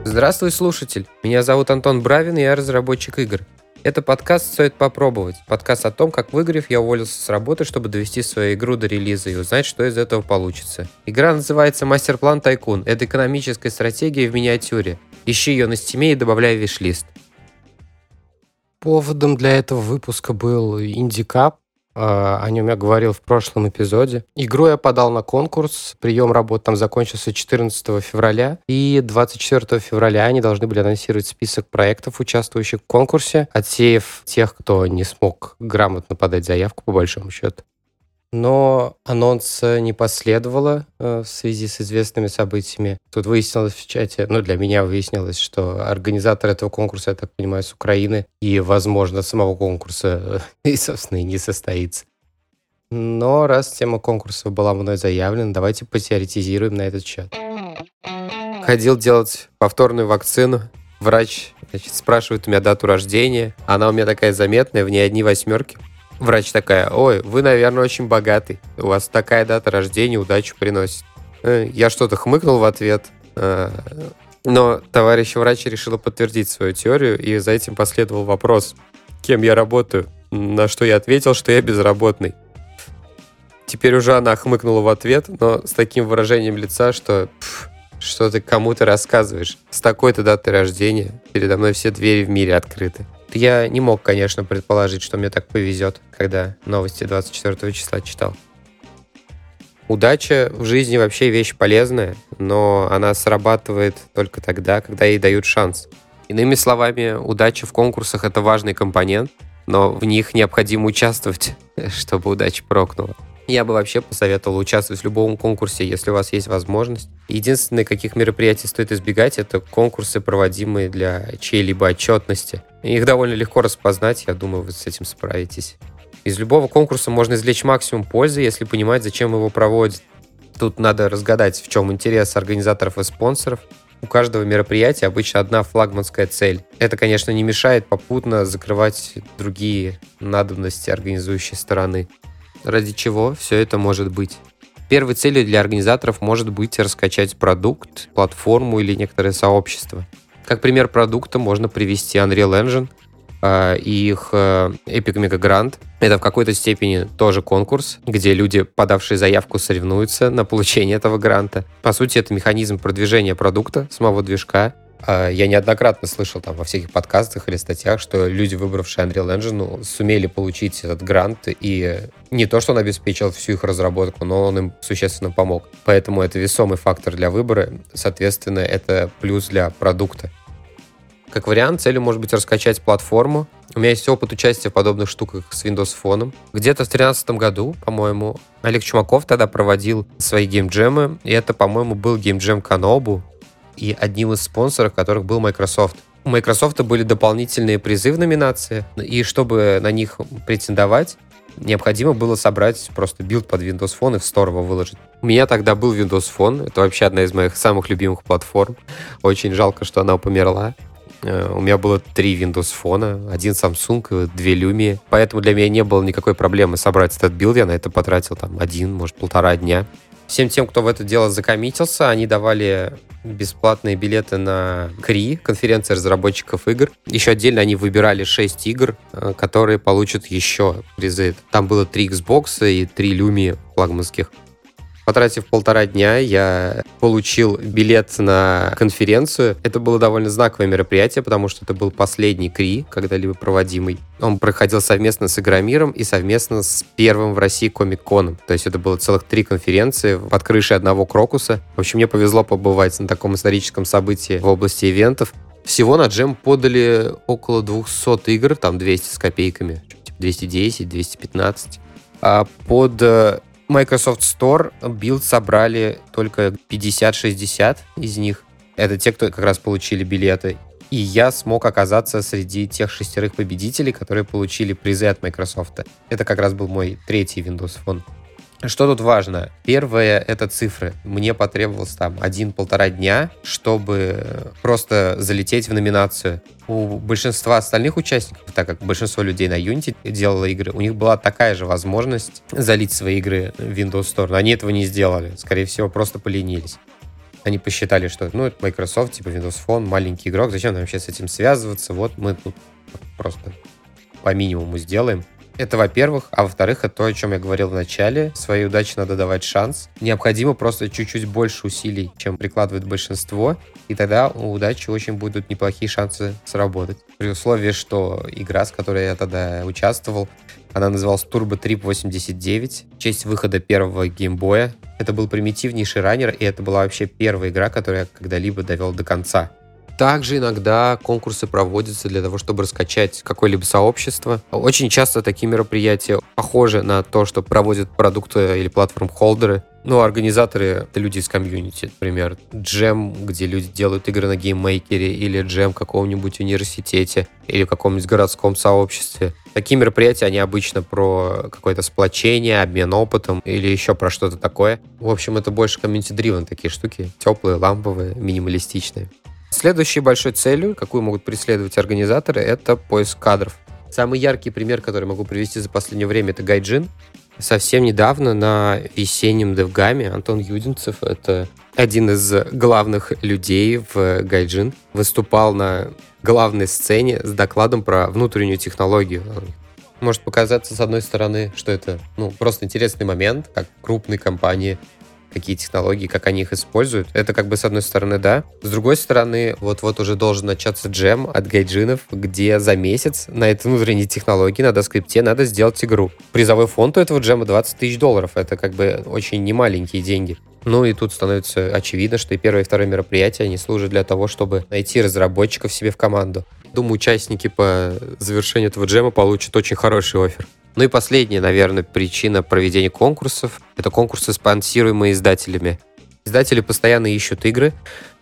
Здравствуй, слушатель! Меня зовут Антон Бравин, и я разработчик игр. Это подкаст «Стоит попробовать». Подкаст о том, как выиграв, я уволился с работы, чтобы довести свою игру до релиза и узнать, что из этого получится. Игра называется «Мастер-план Тайкун». Это экономическая стратегия в миниатюре. Ищи ее на Стиме и добавляй в виш-лист. Поводом для этого выпуска был IndieCup. О нем я говорил в прошлом эпизоде. Игру я подал на конкурс. Прием работ там закончился 14 февраля. И 24 февраля они должны были анонсировать список проектов, участвующих в конкурсе, отсеяв тех, кто не смог грамотно подать заявку, по большому счету. Но анонса не последовало в связи с известными событиями. Тут выяснилось в чате, для меня выяснилось, что организатор этого конкурса, я так понимаю, с Украины, и, возможно, самого конкурса и, собственно, и не состоится. Но раз тема конкурса была мной заявлена, давайте потеоретизируем на этот счет. Ходил делать повторную вакцину. Врач, спрашивает у меня дату рождения. Она у меня такая заметная, в ней одни восьмерки. Врач такая: ой, вы, наверное, очень богатый. У вас такая дата рождения удачу приносит. Я что-то хмыкнул в ответ. Но товарищ врач решила подтвердить свою теорию, и за этим последовал вопрос: кем я работаю? На что я ответил, что я безработный. Теперь уже она хмыкнула в ответ, но с таким выражением лица, что что ты кому-то рассказываешь. С такой-то датой рождения передо мной все двери в мире открыты. Я не мог, конечно, предположить, что мне так повезет, когда новости 24 числа читал. Удача в жизни вообще вещь полезная, но она срабатывает только тогда, когда ей дают шанс. Иными словами, удача в конкурсах — это важный компонент, но в них необходимо участвовать, чтобы удача прокнула. Я бы вообще посоветовал участвовать в любом конкурсе, если у вас есть возможность. Единственное, каких мероприятий стоит избегать, это конкурсы, проводимые для чьей-либо отчетности. Их довольно легко распознать, я думаю, вы с этим справитесь. Из любого конкурса можно извлечь максимум пользы, если понимать, зачем его проводят. Тут надо разгадать, в чем интерес организаторов и спонсоров. У каждого мероприятия обычно одна флагманская цель. Это, конечно, не мешает попутно закрывать другие надобности организующей стороны. Ради чего все это может быть? Первой целью для организаторов может быть раскачать продукт, платформу или некоторое сообщество. Как пример продукта можно привести Unreal Engine и их Epic Mega Grant. Это в какой-то степени тоже конкурс, где люди, подавшие заявку, соревнуются на получение этого гранта. По сути, это механизм продвижения продукта, самого движка. Я неоднократно слышал во всяких подкастах или статьях, что люди, выбравшие Unreal Engine, сумели получить этот грант, и не то, что он обеспечил всю их разработку, но он им существенно помог. Поэтому это весомый фактор для выбора, соответственно, это плюс для продукта. Как вариант, целью может быть раскачать платформу. У меня есть опыт участия в подобных штуках с Windows Phone. Где-то в 2013 году, по-моему, Олег Чумаков тогда проводил свои геймджемы, и это, по-моему, был геймджем Канобу, и одним из спонсоров которых был Microsoft. У Microsoft были дополнительные призы в номинации, и чтобы на них претендовать, необходимо было собрать просто билд под Windows Phone и в Store его выложить. У меня тогда был Windows Phone, это вообще одна из моих самых любимых платформ. Очень жалко, что она померла. У меня было 3 Windows Phone, 1 Samsung и 2 Lumia, поэтому для меня не было никакой проблемы собрать этот билд, я на это потратил 1, может, 1,5 дня. Всем тем, кто в это дело закоммитился, они давали бесплатные билеты на CRI, конференция разработчиков игр. Еще отдельно они выбирали 6 игр, которые получат еще призы. Там было 3 Xbox и 3 Lumia флагманских. Потратив 1,5 дня, я получил билет на конференцию. Это было довольно знаковое мероприятие, потому что это был последний CRI, когда-либо проводимый. Он проходил совместно с Игромиром и совместно с первым в России Комик-коном. То есть это было целых 3 конференции под крышей одного Крокуса. В общем, мне повезло побывать на таком историческом событии в области ивентов. Всего на джем подали около 200 игр, 200 с копейками, 210, 215. А под Microsoft Store билд собрали только 50-60 из них. Это те, кто как раз получили билеты. И я смог оказаться среди тех 6 победителей, которые получили призы от Microsoft. Это как раз был мой 3-й Windows Phone. Что тут важно? Первое — это цифры. Мне потребовалось 1-1,5 дня, чтобы просто залететь в номинацию. У большинства остальных участников, так как большинство людей на Unity делало игры, у них была такая же возможность залить свои игры в Windows Store, но они этого не сделали. Скорее всего, просто поленились. Они посчитали, что, это Microsoft, типа Windows Phone, маленький игрок, зачем нам вообще с этим связываться? Вот мы тут просто по минимуму сделаем. Это, во-первых. А во-вторых, это то, о чем я говорил в начале. Своей удаче надо давать шанс. Необходимо просто чуть-чуть больше усилий, чем прикладывает большинство. И тогда у удачи очень будут неплохие шансы сработать. При условии, что игра, с которой я тогда участвовал, она называлась Turbo Trip 89 в честь выхода первого геймбоя. Это был примитивнейший раннер, и это была вообще первая игра, которую я когда-либо довел до конца. Также иногда конкурсы проводятся для того, чтобы раскачать какое-либо сообщество. Очень часто такие мероприятия похожи на то, что проводят продукты или платформ-холдеры. Организаторы — это люди из комьюнити, например. Джем, где люди делают игры на гейммейкере, или джем в каком-нибудь университете, или в каком-нибудь городском сообществе. Такие мероприятия, они обычно про какое-то сплочение, обмен опытом или еще про что-то такое. В общем, это больше комьюнити-дривен такие штуки. Теплые, ламповые, минималистичные. Следующей большой целью, какую могут преследовать организаторы, это поиск кадров. Самый яркий пример, который могу привести за последнее время, это Гайджин. Совсем недавно на весеннем DevGam'е Антон Юдинцев, это один из главных людей в Гайджин, выступал на главной сцене с докладом про внутреннюю технологию. Может показаться, с одной стороны, что это просто интересный момент, как крупные компании, какие технологии, как они их используют. Это с одной стороны, да. С другой стороны, вот уже должен начаться джем от гайджинов, где за месяц на этой внутренней технологии, на доскрипте надо сделать игру. Призовой фонд у этого джема $20 тысяч. Это очень немаленькие деньги. И тут становится очевидно, что и первое, и второе мероприятие, они служат для того, чтобы найти разработчиков себе в команду. Думаю, участники по завершению этого джема получат очень хороший оффер. И последняя, наверное, причина проведения конкурсов — это конкурсы, спонсируемые издателями. Издатели постоянно ищут игры,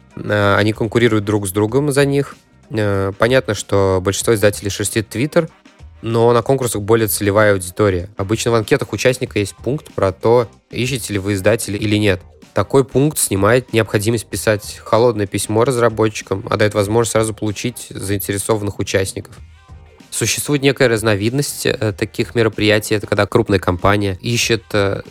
они конкурируют друг с другом за них. Понятно, что большинство издателей шерстит Twitter, но на конкурсах более целевая аудитория. Обычно в анкетах участника есть пункт про то, ищете ли вы издателя или нет. Такой пункт снимает необходимость писать холодное письмо разработчикам, а дает возможность сразу получить заинтересованных участников. Существует некая разновидность таких мероприятий. Это когда крупная компания ищет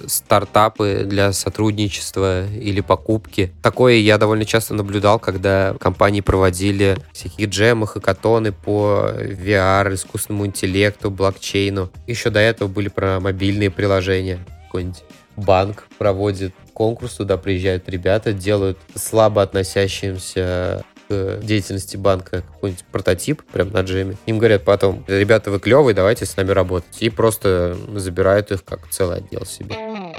стартапы для сотрудничества или покупки. Такое я довольно часто наблюдал, когда компании проводили всякие джемы, хакатоны по VR, искусственному интеллекту, блокчейну. Еще до этого были про мобильные приложения. Какой-нибудь банк проводит конкурс, туда приезжают ребята, делают слабо относящимся к деятельности банка какой-нибудь прототип прям на джеме. Им говорят потом: ребята, вы клевые, давайте с нами работать. И просто забирают их как целый отдел себе.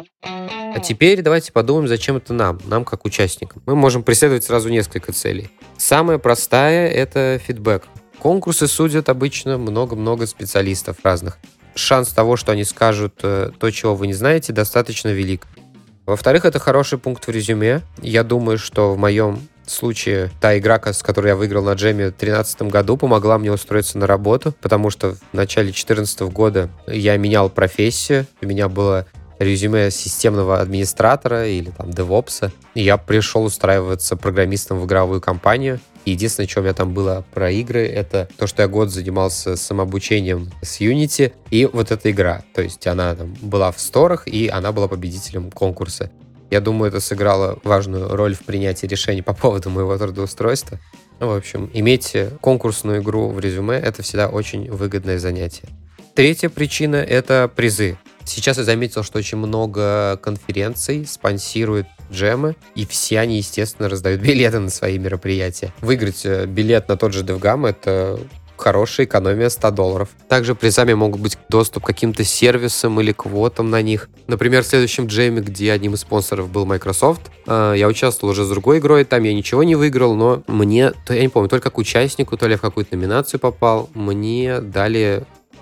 А теперь давайте подумаем, зачем это нам как участникам. Мы можем преследовать сразу несколько целей. Самая простая — это фидбэк. Конкурсы судят обычно много-много специалистов разных. Шанс того, что они скажут то, чего вы не знаете, достаточно велик. Во-вторых, это хороший пункт в резюме. Я думаю, что в моем случае та игра, с которой я выиграл на джеме в 2013 году, помогла мне устроиться на работу, потому что в начале 2014 года я менял профессию. У меня было резюме системного администратора или DevOps. И я пришел устраиваться программистом в игровую компанию. И единственное, что у меня там было про игры, это то, что я год занимался самообучением с Unity, и вот эта игра. То есть она была в сторах, и она была победителем конкурса. Я думаю, это сыграло важную роль в принятии решений по поводу моего трудоустройства. В общем, иметь конкурсную игру в резюме — это всегда очень выгодное занятие. Третья причина — это призы. Сейчас я заметил, что очень много конференций спонсируют джемы, и все они, естественно, раздают билеты на свои мероприятия. Выиграть билет на тот же DevGam — это хорошая экономия $100. Также призами могут быть доступ к каким-то сервисам или квотам на них. Например, в следующем джеме, где одним из спонсоров был Microsoft, я участвовал уже с другой игрой, там я ничего не выиграл, но мне, я не помню, то ли как участнику, то ли я в какую-то номинацию попал, мне дали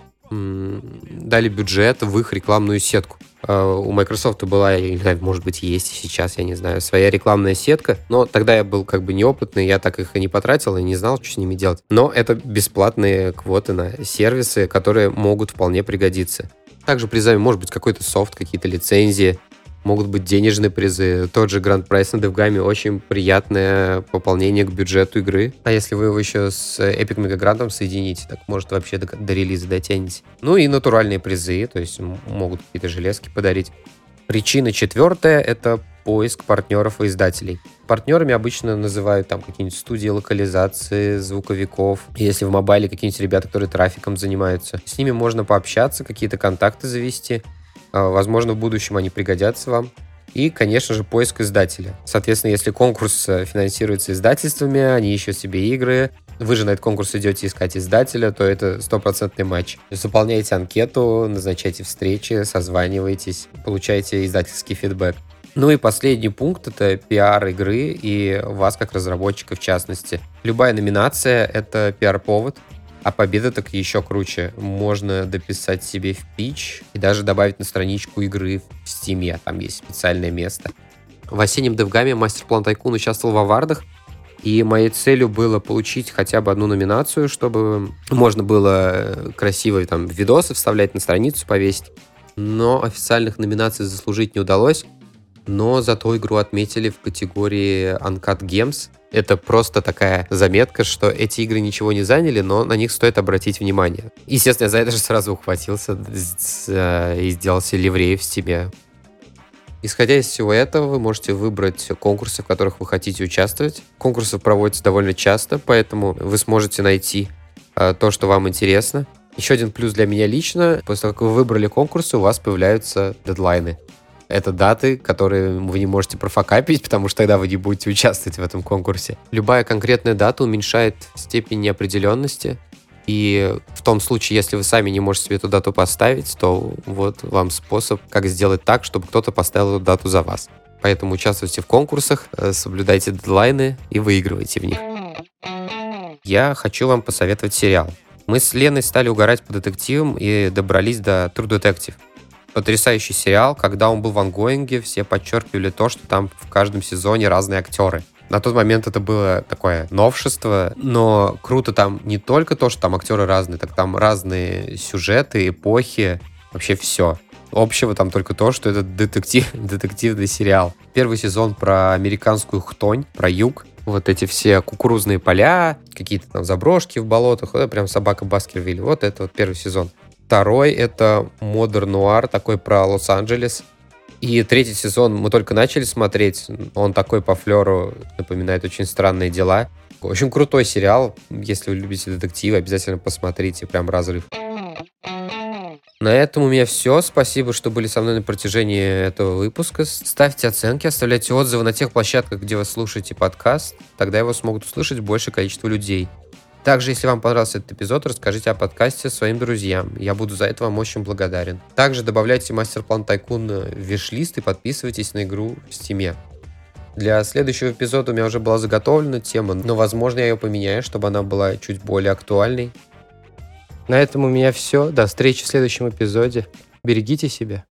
бюджет в их рекламную сетку. У Microsoft была, я не знаю, может быть, есть и сейчас, я не знаю, своя рекламная сетка, но тогда я был неопытный, я так их и не потратил, и не знал, что с ними делать. Но это бесплатные квоты на сервисы, которые могут вполне пригодиться. Также призами может быть какой-то софт, какие-то лицензии, могут быть денежные призы. Тот же Grand Prize на DevGam'е — очень приятное пополнение к бюджету игры. А если вы его еще с Epic Mega Grant'ом соедините, так может вообще до релиза дотянете. И натуральные призы, то есть могут какие-то железки подарить. Причина четвертая — это поиск партнеров и издателей. Партнерами обычно называют там какие-нибудь студии локализации, звуковиков. Если в мобайле какие-нибудь ребята, которые трафиком занимаются. С ними можно пообщаться, какие-то контакты завести. Возможно, в будущем они пригодятся вам. И, конечно же, поиск издателя. Соответственно, если конкурс финансируется издательствами, они ищут себе игры, вы же на этот конкурс идете искать издателя, то это 100% матч. Заполняете анкету, назначаете встречи, созваниваетесь, получаете издательский фидбэк. Ну и последний пункт — это пиар игры и вас как разработчика в частности. Любая номинация — это пиар-повод, а победа так еще круче. Можно дописать себе в пич и даже добавить на страничку игры в Steam, там есть специальное место. В осеннем DevGAM Master Plan Tycoon участвовал в авардах, и моей целью было получить хотя бы одну номинацию, чтобы можно было красивые там видосы вставлять на страницу, повесить. Но официальных номинаций заслужить не удалось. Но зато игру отметили в категории Uncut Games. Это просто такая заметка, что эти игры ничего не заняли, но на них стоит обратить внимание. Естественно, я за это же сразу ухватился и сделал себе ливрей в Steam. Исходя из всего этого, вы можете выбрать конкурсы, в которых вы хотите участвовать. Конкурсы проводятся довольно часто, поэтому вы сможете найти то, что вам интересно. Еще один плюс для меня лично: после того, как вы выбрали конкурсы, у вас появляются дедлайны. Это даты, которые вы не можете профокапить, потому что тогда вы не будете участвовать в этом конкурсе. Любая конкретная дата уменьшает степень неопределенности. И в том случае, если вы сами не можете себе эту дату поставить, то вот вам способ, как сделать так, чтобы кто-то поставил эту дату за вас. Поэтому участвуйте в конкурсах, соблюдайте дедлайны и выигрывайте в них. Я хочу вам посоветовать сериал. Мы с Леной стали угорать по детективам и добрались до True Detective. Потрясающий сериал. Когда он был в ангоинге, все подчеркивали то, что там в каждом сезоне разные актеры. На тот момент это было такое новшество, но круто там не только то, что там актеры разные, так там разные сюжеты, эпохи, вообще все. Общего там только то, что это детективный сериал. Первый сезон про американскую хтонь, про юг. Вот эти все кукурузные поля, какие-то там заброшки в болотах, это прям собака Баскервилей. Вот это вот первый сезон. Второй — это модерн-нуар, такой про Лос-Анджелес. И третий сезон мы только начали смотреть. Он такой по флеру напоминает «Очень странные дела». В общем, крутой сериал. Если вы любите детективы, обязательно посмотрите. Прям разрыв. На этом у меня все. Спасибо, что были со мной на протяжении этого выпуска. Ставьте оценки, оставляйте отзывы на тех площадках, где вы слушаете подкаст. Тогда его смогут услышать большее количество людей. Также, если вам понравился этот эпизод, расскажите о подкасте своим друзьям. Я буду за это вам очень благодарен. Также добавляйте Master Plan Tycoon в виш-лист и подписывайтесь на игру в Steam. Для следующего эпизода у меня уже была заготовлена тема, но, возможно, я ее поменяю, чтобы она была чуть более актуальной. На этом у меня все. До встречи в следующем эпизоде. Берегите себя.